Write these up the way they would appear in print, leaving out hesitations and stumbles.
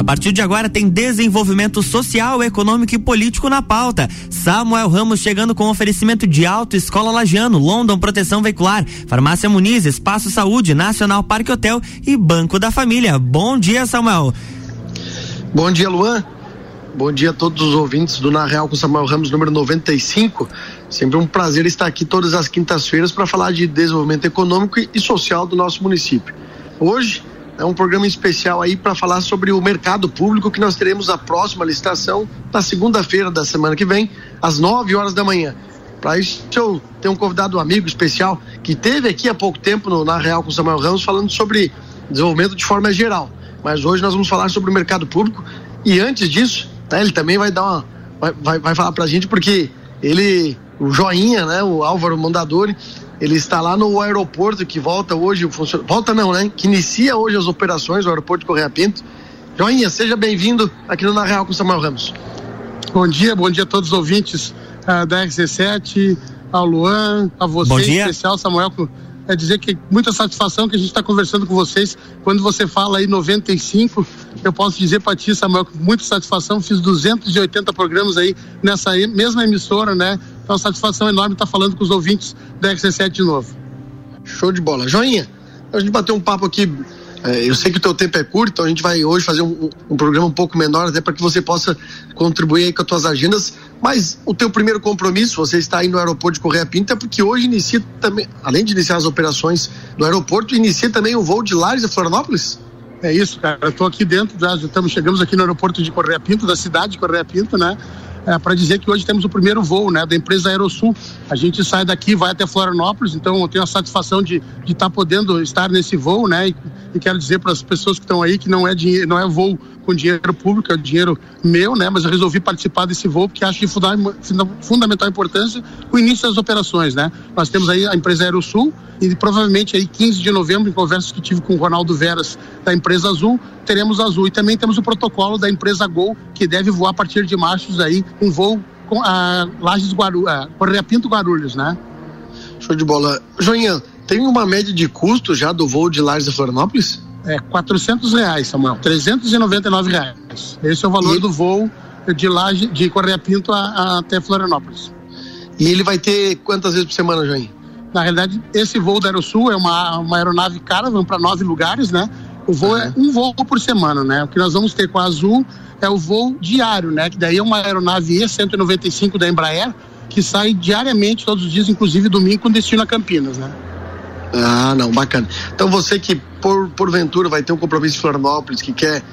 A partir de agora tem desenvolvimento social, econômico e político na pauta. Samuel Ramos chegando com oferecimento de Auto Escola Lagiano, London Proteção Veicular, Farmácia Muniz, Espaço Saúde, Nacional Parque Hotel e Banco da Família. Bom dia, Samuel. Bom dia, Luan. Bom dia a todos os ouvintes do Na Real com Samuel Ramos, número 95. Sempre um prazer estar aqui todas as quintas-feiras para falar de desenvolvimento econômico e social do nosso município. Hoje é um programa especial aí para falar sobre o mercado público, que nós teremos a próxima licitação na segunda-feira da semana que vem, às 9 horas da manhã. Para isso, eu tenho um convidado, um amigo especial, que esteve aqui há pouco tempo no Na Real com Samuel Ramos, falando sobre desenvolvimento de forma geral. Mas hoje nós vamos falar sobre o mercado público, e antes disso, né, ele também vai dar vai falar pra gente, porque ele, o Joinha, né, o Álvaro Mondadori, ele está lá no aeroporto que volta hoje, que inicia hoje as operações, o aeroporto de Correia Pinto. Joinha, seja bem-vindo aqui no Na Real com Samuel Ramos. Bom dia a todos os ouvintes da RC7, ao Luan, a você, em especial, Samuel. É dizer que muita satisfação que a gente está conversando com vocês. Quando você fala aí 95, eu posso dizer para ti, Samuel, com muita satisfação. Fiz 280 programas aí nessa mesma emissora, né? Então, satisfação enorme estar falando com os ouvintes da RC7 de novo. Show de bola. Joinha, a gente bateu um papo aqui. Eu sei que o teu tempo é curto, então a gente vai hoje fazer um programa um pouco menor, até para que você possa contribuir aí com as tuas agendas. Mas o teu primeiro compromisso, você está aí no aeroporto de Correia Pinto, é porque hoje inicia também, além de iniciar as operações do aeroporto, inicia também o voo de Lages a Florianópolis? É isso, cara. Eu estou aqui dentro, chegamos aqui no aeroporto de Correia Pinto, da cidade de Correia Pinto, né? Para dizer que hoje temos o primeiro voo, né, da empresa Aerosul. A gente sai daqui, vai até Florianópolis, então eu tenho a satisfação de estar podendo estar nesse voo, né, e quero dizer para as pessoas que estão aí que não é voo com dinheiro público, é dinheiro meu, né, mas eu resolvi participar desse voo porque acho de fundamental importância o início das operações, né. Nós temos aí a empresa Aerosul e provavelmente aí 15 de novembro, em conversas que tive com o Ronaldo Veras da empresa Azul, teremos Azul, e também temos o protocolo da empresa Gol, que deve voar a partir de março aí um voo com a Lages Correia Pinto Guarulhos, né? Show de bola. Joinha, tem uma média de custo já do voo de Lages a Florianópolis? R$400, Samuel, R$399. Esse é o valor do voo de Correia Pinto até Florianópolis. E ele vai ter quantas vezes por semana, Joinha? Na realidade, esse voo da Aerosul é uma aeronave cara, vamos para 9 lugares, né? O voo é um voo por semana, né? O que nós vamos ter com a Azul é o voo diário, né? Que daí é uma aeronave E195 da Embraer, que sai diariamente, todos os dias, inclusive domingo, com destino a Campinas, né? Ah, não, bacana. Então você que porventura vai ter um compromisso em Florianópolis, que quer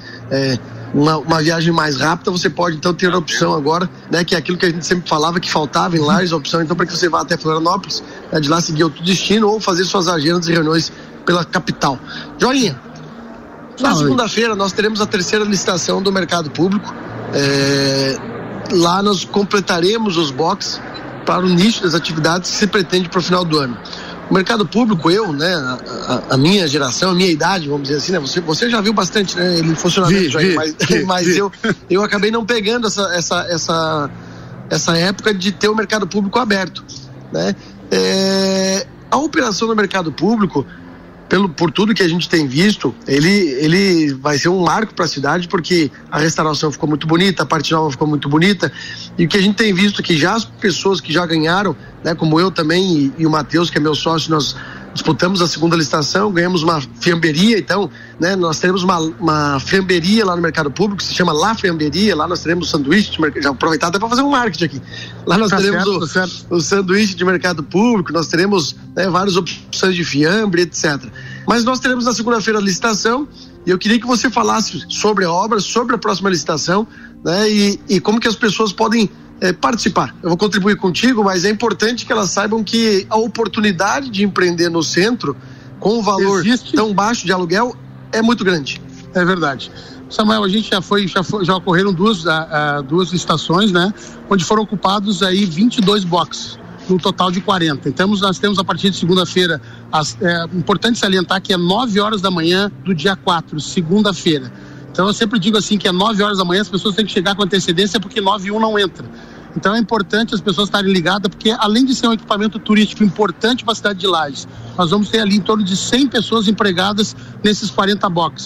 uma viagem mais rápida, você pode então ter a opção agora, né? Que é aquilo que a gente sempre falava que faltava em Lages, a opção então para que você vá até Florianópolis, né, de lá seguir outro destino ou fazer suas agendas e reuniões pela capital. Joinha, na segunda-feira nós teremos a terceira licitação do mercado público. Lá nós completaremos os boxes para o nicho das atividades que se pretende para o final do ano. O mercado público, a minha geração, a minha idade, vamos dizer assim, né? Você já viu bastante, né? Ele funcionamento, mas eu acabei não pegando essa época de ter o mercado público aberto, né? A operação no mercado público, por tudo que a gente tem visto, ele vai ser um marco para a cidade, porque a restauração ficou muito bonita, a parte nova ficou muito bonita, e o que a gente tem visto que já as pessoas que já ganharam, né, como eu também e o Matheus, que é meu sócio, nós disputamos a segunda licitação, ganhamos uma fiamberia, então, né, nós teremos uma fiamberia lá no mercado público, que se chama La Fiamberia. Lá nós teremos sanduíche de mercado, já aproveitar até para fazer um marketing aqui. Lá nós teremos o sanduíche de mercado público, nós teremos, né, várias opções de fiambre, etc. Mas nós teremos na segunda-feira a licitação, e eu queria que você falasse sobre a obra, sobre a próxima licitação, né, e como que as pessoas podem participar. Eu vou contribuir contigo, mas é importante que elas saibam que a oportunidade de empreender no centro, com um valor tão baixo de aluguel, é muito grande. É verdade. Samuel, a gente já ocorreram duas licitações, né, onde foram ocupados aí 22 boxes, no total de 40. Então nós temos a partir de segunda-feira, importante salientar que é 9 horas da manhã do dia 4, segunda-feira. Então eu sempre digo assim que é 9 horas da manhã, as pessoas têm que chegar com antecedência, porque 9h01 não entra. Então é importante as pessoas estarem ligadas, porque além de ser um equipamento turístico importante para a cidade de Lages, nós vamos ter ali em torno de 100 pessoas empregadas nesses 40 boxes.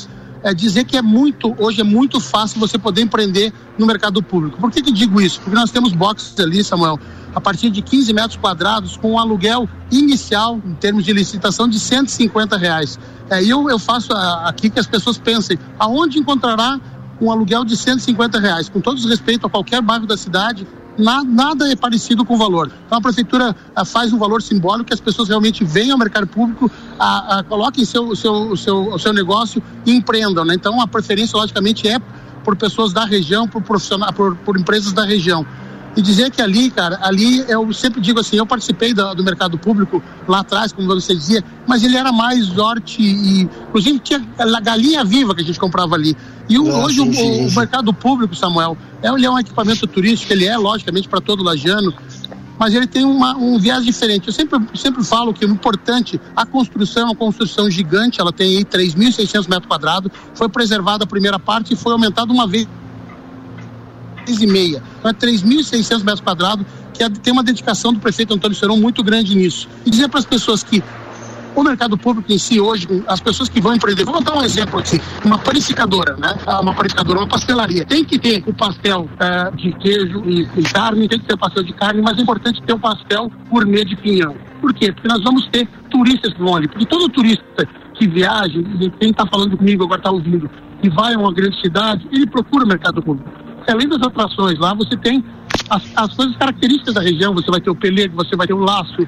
dizer que hoje é muito fácil você poder empreender no mercado público. Por que digo isso? Porque nós temos boxes ali, Samuel, a partir de 15 metros quadrados, com um aluguel inicial, em termos de licitação, de R$150. E eu faço aqui que as pessoas pensem, aonde encontrará um aluguel de R$150? Com todo respeito a qualquer bairro da cidade, nada é parecido com o valor. Então a prefeitura faz um valor simbólico que as pessoas realmente venham ao mercado público, coloquem o seu negócio e empreendam, né? Então a preferência logicamente é por pessoas da região, por empresas da região. E dizer que ali eu sempre digo assim, eu participei do mercado público lá atrás, como você dizia, mas ele era mais horte e inclusive tinha a galinha viva que a gente comprava ali. E hoje o mercado público, Samuel, ele é um equipamento turístico, ele é logicamente para todo lagiano, mas ele tem um viés diferente. Eu sempre falo que o importante, a construção é uma construção gigante, ela tem aí 3.600 metros quadrados, foi preservada a primeira parte e foi aumentada uma vez e meia. Então é 3.600 metros quadrados, que tem uma dedicação do prefeito Antônio Seron muito grande nisso. E dizer para as pessoas que o mercado público em si hoje, as pessoas que vão empreender, vou dar um exemplo aqui, uma panificadora, né? Uma pastelaria, tem que ter o pastel de queijo e carne, tem que ter o pastel de carne, mas é importante ter o pastel gourmet de pinhão. Por quê? Porque nós vamos ter turistas que vão ali, porque todo turista que viaja, quem está falando comigo agora está ouvindo, que vai a uma grande cidade, ele procura o mercado público. Além das atrações lá, você tem as coisas características da região, você vai ter o pelego, você vai ter o laço,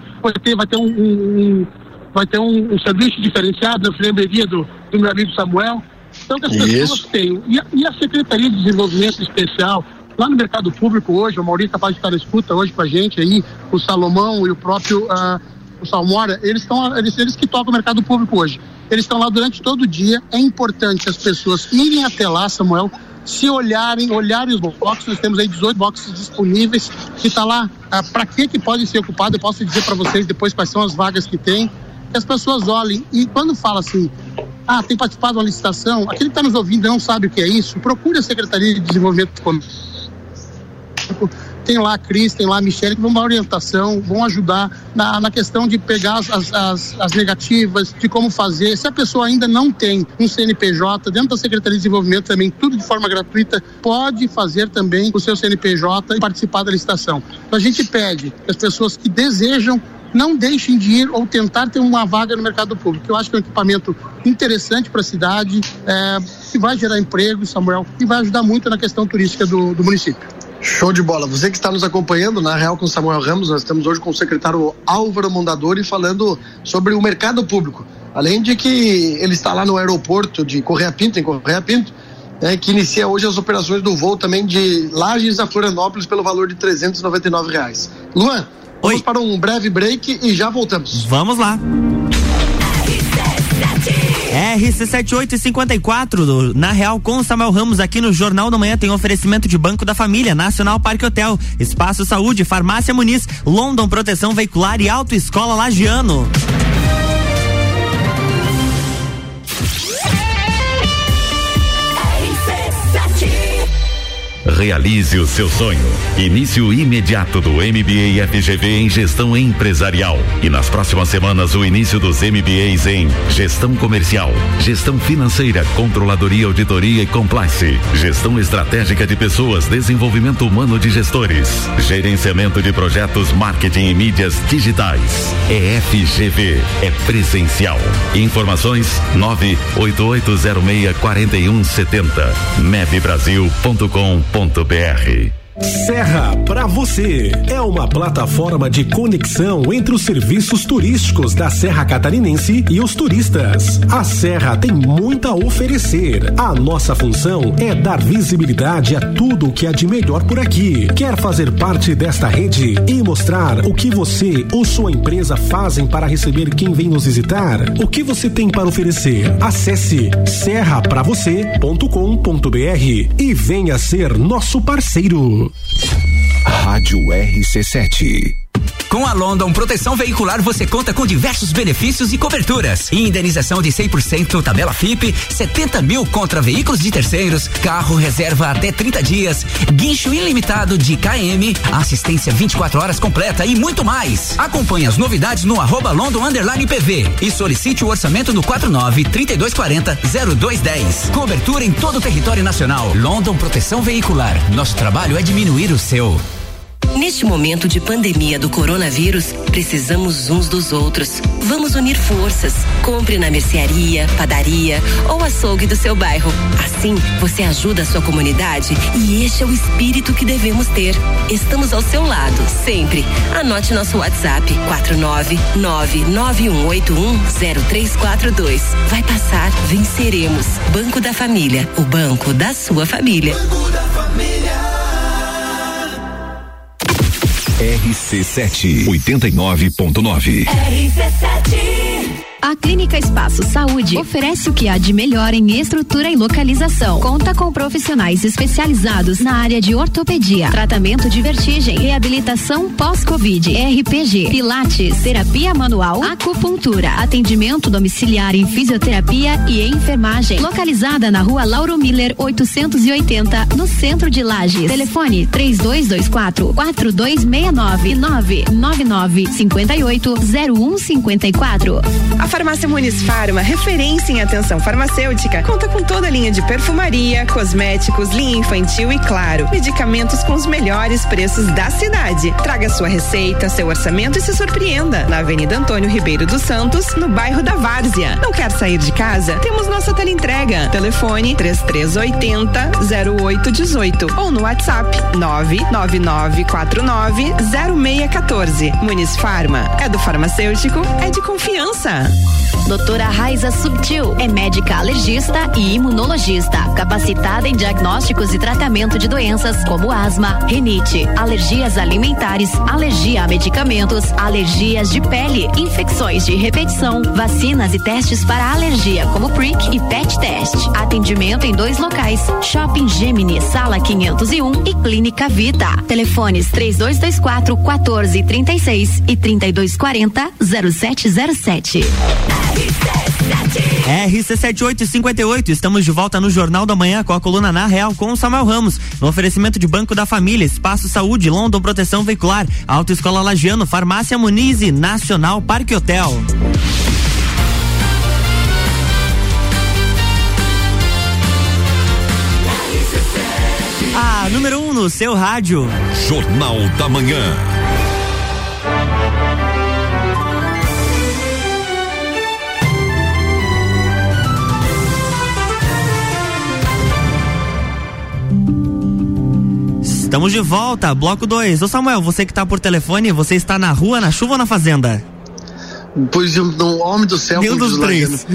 vai ter um sanduíche diferenciado na fiambreria do meu amigo Samuel. Então que as pessoas têm. E a Secretaria de Desenvolvimento Especial, lá no mercado público hoje, o Maurício capaz de estar na escuta hoje com a gente aí, o Salomão e o próprio o Salmora, eles que tocam o mercado público hoje. Eles estão lá durante todo o dia. É importante as pessoas irem até lá, Samuel, se olharem os boxes. Nós temos aí 18 boxes disponíveis, que está lá, para que podem ser ocupados. Eu posso dizer para vocês depois quais são as vagas que tem, que as pessoas olhem, e quando fala assim, tem participado de uma licitação, aquele que está nos ouvindo não sabe o que é isso, procure a Secretaria de Desenvolvimento Econômico. Tem lá a Cris, tem lá a Michele, que vão dar orientação, vão ajudar na questão de pegar as negativas, de como fazer. Se a pessoa ainda não tem um CNPJ, dentro da Secretaria de Desenvolvimento também, tudo de forma gratuita, pode fazer também o seu CNPJ e participar da licitação. Então a gente pede que as pessoas que desejam não deixem de ir ou tentar ter uma vaga no mercado público. Eu acho que é um equipamento interessante para a cidade, que vai gerar emprego, Samuel, e vai ajudar muito na questão turística do município. Show de bola. Você que está nos acompanhando na Real com Samuel Ramos, nós estamos hoje com o secretário Álvaro Mondadori falando sobre o mercado público. Além de que ele está lá no aeroporto de Correia Pinto, que inicia hoje as operações do voo também de Lages a Florianópolis pelo valor de R$399. Luan, vamos para um breve break e já voltamos. Vamos lá. RC7854, na Real com Samuel Ramos, aqui no Jornal da Manhã, tem oferecimento de Banco da Família, Nacional Parque Hotel, Espaço Saúde, Farmácia Muniz, London Proteção Veicular e Autoescola Lagiano. Realize o seu sonho. Início imediato do MBA FGV em Gestão Empresarial. E nas próximas semanas, o início dos MBAs em Gestão Comercial, Gestão Financeira, Controladoria, Auditoria e Compliance, Gestão Estratégica de Pessoas, Desenvolvimento Humano de Gestores, Gerenciamento de Projetos, Marketing e Mídias Digitais. É FGV, é presencial. Informações 988064170, mebbrasil.com.br. Serra pra você é uma plataforma de conexão entre os serviços turísticos da Serra Catarinense e os turistas. A Serra tem muito a oferecer. A nossa função é dar visibilidade a tudo o que há de melhor por aqui. Quer fazer parte desta rede e mostrar o que você ou sua empresa fazem para receber quem vem nos visitar? O que você tem para oferecer? Acesse serrapravocê.com.br e venha ser nosso parceiro. Rádio RC7. Com a London Proteção Veicular você conta com diversos benefícios e coberturas. Indenização de 100% tabela FIP, 70 mil contra veículos de terceiros, carro reserva até 30 dias, guincho ilimitado de KM, assistência 24 horas completa e muito mais. Acompanhe as novidades no @London_PV e solicite o orçamento no 49-3240-0210. Cobertura em todo o território nacional. London Proteção Veicular. Nosso trabalho é diminuir o seu. Neste momento de pandemia do coronavírus, precisamos uns dos outros. Vamos unir forças. Compre na mercearia, padaria ou açougue do seu bairro. Assim, você ajuda a sua comunidade e este é o espírito que devemos ter. Estamos ao seu lado, sempre. Anote nosso WhatsApp, 49991810342. Vai passar, venceremos. Banco da Família, o banco da sua família. Banco da Família. RC7 89.9. RC7. A Clínica Espaço Saúde oferece o que há de melhor em estrutura e localização. Conta com profissionais especializados na área de ortopedia, tratamento de vertigem, reabilitação pós-Covid, RPG, pilates, terapia manual, acupuntura, atendimento domiciliar em fisioterapia e enfermagem. Localizada na Rua Lauro Miller 880, no centro de Lages. Telefone 3224-4269 999580154. A Farmácia Muniz Farma, referência em atenção farmacêutica, conta com toda a linha de perfumaria, cosméticos, linha infantil e, claro, medicamentos com os melhores preços da cidade. Traga sua receita, seu orçamento e se surpreenda. Na Avenida Antônio Ribeiro dos Santos, no bairro da Várzea. Não quer sair de casa? Temos nossa teleentrega. Telefone 3380-0818 ou no WhatsApp 999490614. Muniz Farma, é do farmacêutico, é de confiança. Doutora Raiza Subtil é médica alergista e imunologista, capacitada em diagnósticos e tratamento de doenças como asma, rinite, alergias alimentares, alergia a medicamentos, alergias de pele, infecções de repetição, vacinas e testes para alergia como PRIC e PET Test. Atendimento em 2 locais: Shopping Gemini, Sala 501 e Clínica Vita. Telefones 3224-1436 e 3240-0707. RC7858, estamos de volta no Jornal da Manhã com a coluna Na Real com o Samuel Ramos, no oferecimento de Banco da Família, Espaço Saúde, London Proteção Veicular, Autoescola Lagiano, Farmácia Muniz e Nacional Parque Hotel. A número 1 no seu rádio. Jornal da Manhã. Estamos de volta, bloco 2. Ô Samuel, você que tá por telefone, você está na rua, na chuva ou na fazenda? Pois no homem do céu. Nenhum dos três.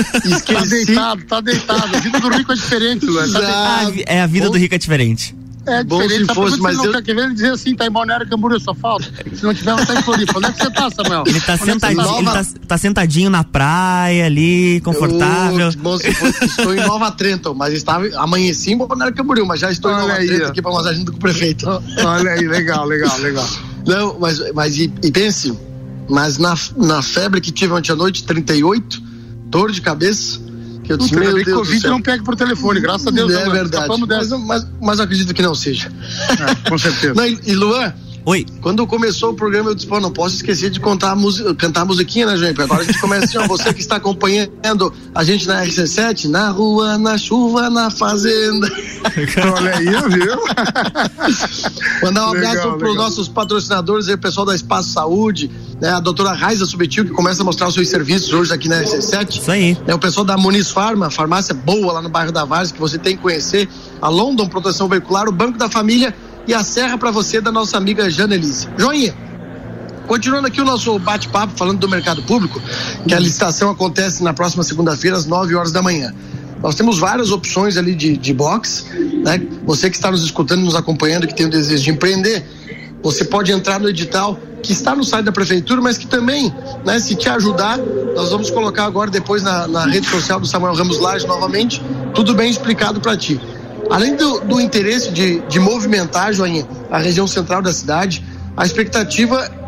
Tá deitado. A vida do rico é diferente, Luan. É a vida do rico é diferente. É bom diferente, se fosse, mas eu... querendo dizer assim, tá em Balneário Camboriú, só falta. Se não tiver, não tá em Floripa. Onde é que você tá, Samuel? Ele tá sentadinho, tá sentadinho na praia ali, confortável. Bom, se fosse, estou em Nova Trenton, mas amanheci em Balneário Camboriú, mas já estou em Nova Trenton aqui para uma agenda com o prefeito. Olha aí, legal. Não, mas pense, mas na febre que tive ontem à noite, 38, dor de cabeça, que eu disse, meu Deus Covid do céu. Não pega por telefone, graças a Deus. É verdade, mas eu acredito que não seja. Com certeza. Não, e Luan, oi. Quando começou o programa, eu disse, não posso esquecer de cantar a musiquinha, né, gente? Agora a gente começa assim, você que está acompanhando a gente na RC7, na rua, na chuva, na fazenda. Olha aí, viu? Mandar um abraço para os nossos patrocinadores, aí, o pessoal da Espaço Saúde, né, a doutora Raiza Subtil, que começa a mostrar os seus serviços hoje aqui na RC7. Isso aí. O pessoal da Muniz Farma, farmácia boa lá no bairro da Várzea, que você tem que conhecer, a London Proteção Veicular, o Banco da Família e a Serra para você da nossa amiga Janelise. Joinha, continuando aqui o nosso bate-papo, falando do mercado público, que a licitação acontece na próxima segunda-feira às 9 horas da manhã. Nós temos várias opções ali de box, né? Você que está nos escutando, nos acompanhando, que tem o desejo de empreender, você pode entrar no edital que está no site da prefeitura, mas que também, né, se te ajudar, nós vamos colocar agora depois na rede social do Samuel Ramos Lages novamente, tudo bem explicado para ti. Além do interesse de movimentar, Joinha, a região central da cidade, a expectativa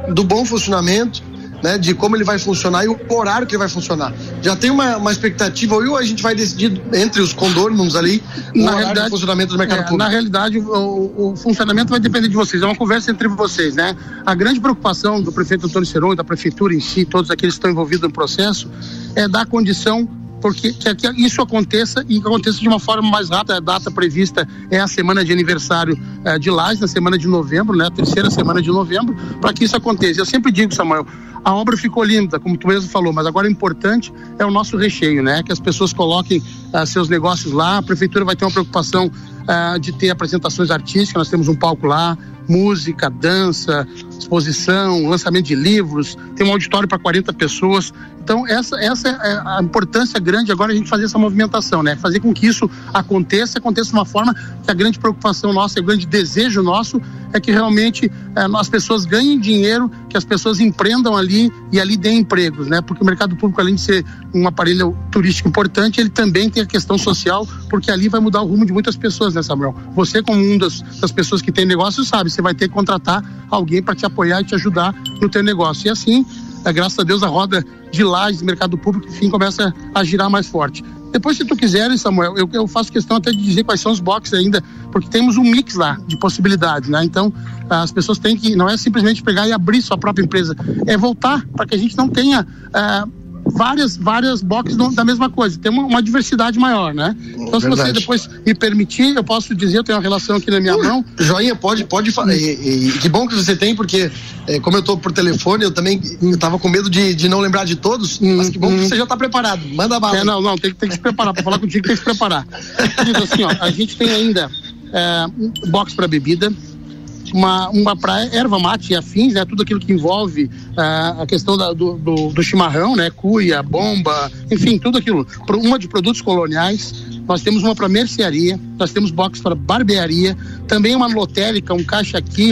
do bom funcionamento, né, de como ele vai funcionar e o horário que ele vai funcionar. Já tem uma expectativa, ou a gente vai decidir entre os condôminos ali o horário de funcionamento do mercado público? Na realidade, o funcionamento vai depender de vocês, é uma conversa entre vocês, né? A grande preocupação do prefeito Antônio Seron e da prefeitura em si, todos aqueles que estão envolvidos no processo, é dar condição porque que isso aconteça e que aconteça de uma forma mais rápida. A data prevista é a semana de aniversário de Lages, na semana de novembro, né? A terceira semana de novembro, para que isso aconteça. Eu sempre digo, Samuel, a obra ficou linda, como tu mesmo falou, mas agora o importante é o nosso recheio, né? Que as pessoas coloquem seus negócios lá. A prefeitura vai ter uma preocupação de ter apresentações artísticas, nós temos um palco lá, música, dança, exposição, lançamento de livros, tem um auditório para 40 pessoas. Então essa é a importância grande agora, a gente fazer essa movimentação, né? Fazer com que isso aconteça de uma forma que a grande preocupação nossa, o grande desejo nosso é que realmente as pessoas ganhem dinheiro, que as pessoas empreendam ali e ali deem empregos, né? Porque o mercado público, além de ser um aparelho turístico importante, ele também tem a questão social, porque ali vai mudar o rumo de muitas pessoas, né, Samuel? Você, como uma das pessoas que tem negócio, sabe, você vai ter que contratar alguém para te apoiar e te ajudar no teu negócio. E assim, graças a Deus, a roda de Lages, mercado público, enfim, começa a girar mais forte. Depois, se tu quiseres, Samuel, eu faço questão até de dizer quais são os boxes ainda, porque temos um mix lá de possibilidades, né? Então, as pessoas têm que, não é simplesmente pegar e abrir sua própria empresa, é voltar para que a gente não tenha várias boxes da mesma coisa, tem uma diversidade maior, né? Então, se você depois me permitir, eu posso dizer, eu tenho uma relação aqui na minha mão. Joinha, pode falar. E que bom que você tem, porque como eu tô por telefone, eu também tava com medo de não lembrar de todos, mas que bom que você já tá preparado. Manda bala. Não, tem que se preparar. Pra falar contigo, tem que se preparar. Assim, ó, a gente tem ainda um box para bebida, uma praia, erva mate e afins, né? Tudo aquilo que envolve a questão do chimarrão, né? Cuia, bomba, enfim, tudo aquilo. Uma de produtos coloniais. Nós temos uma para mercearia, nós temos box para barbearia, também uma lotérica, um caixa aqui,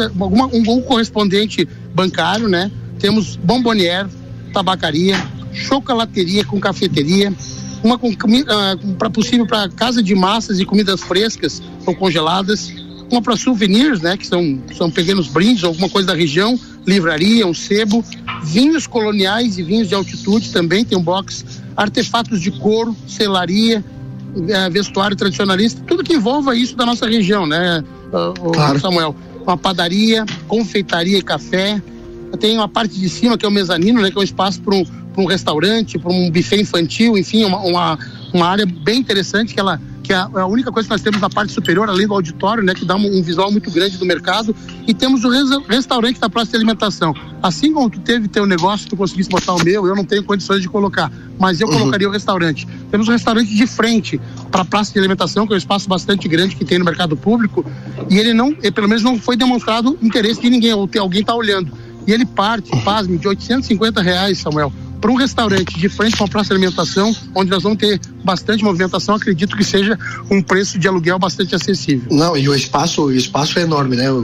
um correspondente bancário, né? Temos bombonière, tabacaria, chocolateria com cafeteria, uma possível para casa de massas e comidas frescas ou congeladas, uma para souvenirs, né, que são pequenos brindes, alguma coisa da região, livraria, um sebo, vinhos coloniais e vinhos de altitude também, tem um box, artefatos de couro, selaria, vestuário tradicionalista, tudo que envolva isso da nossa região, né, claro. Samuel? Uma padaria, confeitaria e café, tem uma parte de cima que é o mezanino, né, que é um espaço para um restaurante, para um buffet infantil, enfim, uma área bem interessante que é a única coisa que nós temos na parte superior, além do auditório, né, que dá um visual muito grande do mercado, e temos o restaurante da praça de alimentação. Assim como tu teve teu negócio, tu conseguisse botar o meu, eu não tenho condições de colocar, mas eu colocaria o restaurante. Temos um restaurante de frente para a praça de alimentação, que é um espaço bastante grande que tem no mercado público, e ele pelo menos não foi demonstrado interesse de ninguém, ou alguém está olhando. E ele pasme, de R$850, Samuel, para um restaurante de frente para uma praça de alimentação, onde nós vamos ter bastante movimentação, acredito que seja um preço de aluguel bastante acessível. Não, e o espaço é enorme, né?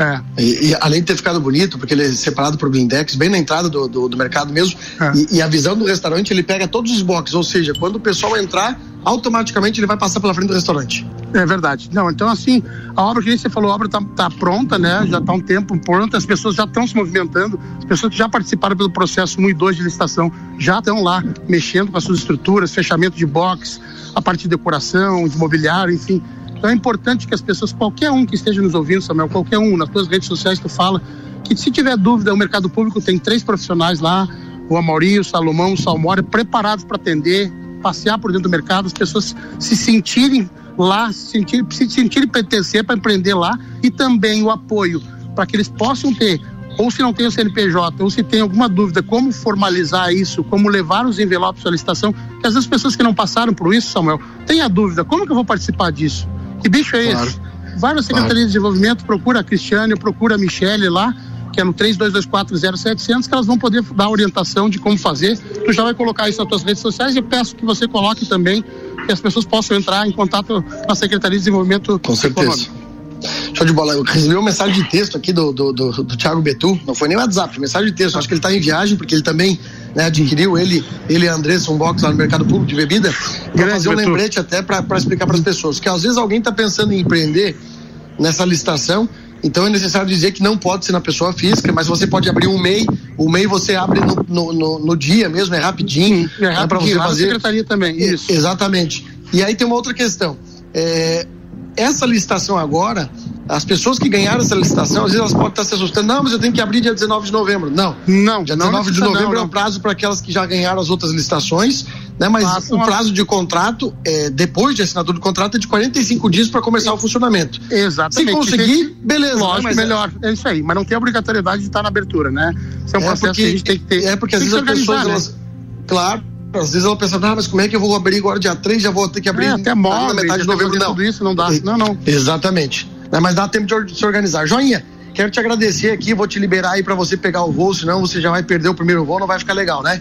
E além de ter ficado bonito, porque ele é separado por blindex, bem na entrada do mercado mesmo, e a visão do restaurante, ele pega todos os boxes, ou seja, quando o pessoal entrar, automaticamente ele vai passar pela frente do restaurante. É verdade. Não, então assim, a obra que você falou, a obra tá pronta, né? Já tá um tempo pronta, as pessoas já estão se movimentando, as pessoas que já participaram pelo processo 1 e 2 de licitação já estão lá mexendo com as suas estruturas, fechamento de box, a parte de decoração, de mobiliário, enfim. Então é importante que as pessoas, qualquer um que esteja nos ouvindo, Samuel, qualquer um, nas tuas redes sociais tu fala, que se tiver dúvida, o mercado público tem 3 profissionais lá, o Amaury, o Salomão, o Salmório, preparados para atender, passear por dentro do mercado, as pessoas se sentirem lá, se sentirem pertencer para empreender lá, e também o apoio para que eles possam ter, ou se não tem o CNPJ, ou se tem alguma dúvida, como formalizar isso, como levar os envelopes à licitação, que às vezes as pessoas que não passaram por isso, Samuel, têm a dúvida, como que eu vou participar disso? Que bicho é esse? Várias secretarias de desenvolvimento, procura a Cristiane, procura a Michele lá, que é no 32240700, que elas vão poder dar orientação de como fazer. Tu já vai colocar isso nas tuas redes sociais e eu peço que você coloque também, que as pessoas possam entrar em contato na Secretaria de Desenvolvimento Com certeza. Econômico. Show de bola. Eu recebi uma mensagem de texto aqui do Thiago Betu, não foi nem WhatsApp, mensagem de texto. Acho que ele está em viagem, porque ele também, né, adquiriu, ele e a Andressa, um box lá no mercado público de bebida, para fazer um lembrete até para explicar para as pessoas, que às vezes alguém está pensando em empreender nessa licitação Então é necessário dizer que não pode ser na pessoa física, mas você pode abrir um MEI. O MEI você abre no dia mesmo, é rapidinho. É rapidinho, para você fazer. Secretaria também, isso. Exatamente. E aí tem uma outra questão. Essa licitação agora, as pessoas que ganharam essa licitação, às vezes elas podem estar se assustando. Não, mas eu tenho que abrir dia 19 de novembro. Não, dia 19 de novembro é o prazo para aquelas que já ganharam as outras licitações, né? Mas o prazo de contrato, depois de assinatura do contrato, é de 45 dias para começar o funcionamento. Exatamente. Se conseguir, beleza. Lógico, mas melhor. É isso aí, mas não tem obrigatoriedade de estar na abertura, né? Isso é um processo que a gente tem que ter. Porque às vezes as pessoas, elas, claro, às vezes ela pensa, mas como é que eu vou abrir agora dia 3, já vou ter que abrir até móvel, na metade de novembro. Não, tudo isso não dá. Não. Exatamente. Mas dá tempo de se organizar. Joinha, quero te agradecer aqui, vou te liberar aí pra você pegar o voo, senão você já vai perder o primeiro voo, não vai ficar legal, né?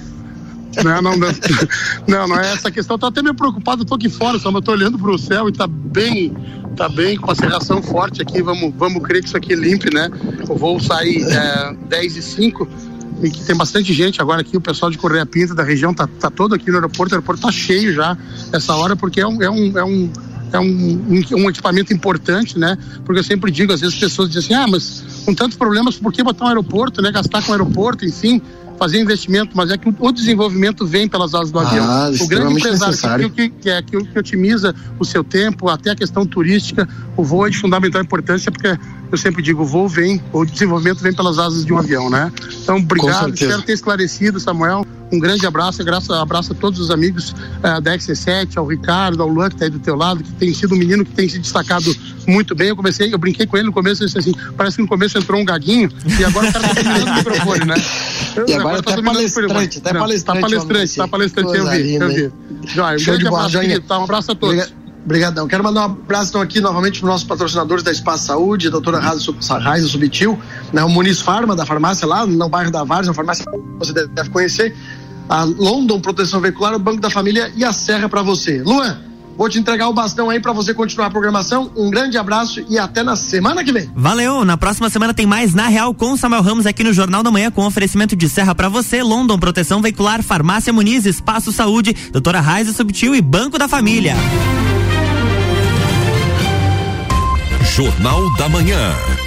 Não é essa questão. Tô até meio preocupado, tô aqui fora, só eu tô olhando pro céu e tá bem com a cerração forte aqui. Vamos crer que isso aqui limpe, né? O voo sai 10h05 e que tem bastante gente agora aqui, o pessoal de Correia Pinto da região tá todo aqui no aeroporto. O aeroporto tá cheio já essa hora, porque é um equipamento importante, né? Porque eu sempre digo, às vezes as pessoas dizem assim, mas com tantos problemas, por que botar um aeroporto, né? Gastar com o aeroporto, enfim, fazer investimento, mas é que o desenvolvimento vem pelas asas do avião. O grande empresário que otimiza o seu tempo, até a questão turística, o voo é de fundamental importância, porque eu sempre digo, o desenvolvimento vem pelas asas de um avião, né? Então, obrigado, espero ter esclarecido, Samuel. Um grande abraço, abraço a todos os amigos da XC7, ao Ricardo, ao Luan, que está aí do teu lado, que tem sido um menino que tem se destacado muito bem. Eu brinquei com ele no começo, eu disse assim, parece que no começo entrou um gaguinho, e agora o cara está dominando o microfone, né? E agora tá palestrante, Tá palestrante, eu vi. Joia, um grande abraço, um abraço a todos. Obrigadão. Quero mandar um abraço então aqui novamente para os nossos patrocinadores da Espaço Saúde, a doutora Raiza Subtil, né, o Muniz Farma, da farmácia lá no bairro da Várzea, uma farmácia que você deve conhecer, a London Proteção Veicular, o Banco da Família e a Serra para você. Luan, vou te entregar o bastão aí para você continuar a programação. Um grande abraço e até na semana que vem. Valeu, na próxima semana tem mais Na Real com Samuel Ramos aqui no Jornal da Manhã, com oferecimento de Serra para você, London Proteção Veicular, Farmácia Muniz, Espaço Saúde, doutora Raiza Subtil e Banco da Família. Jornal da Manhã.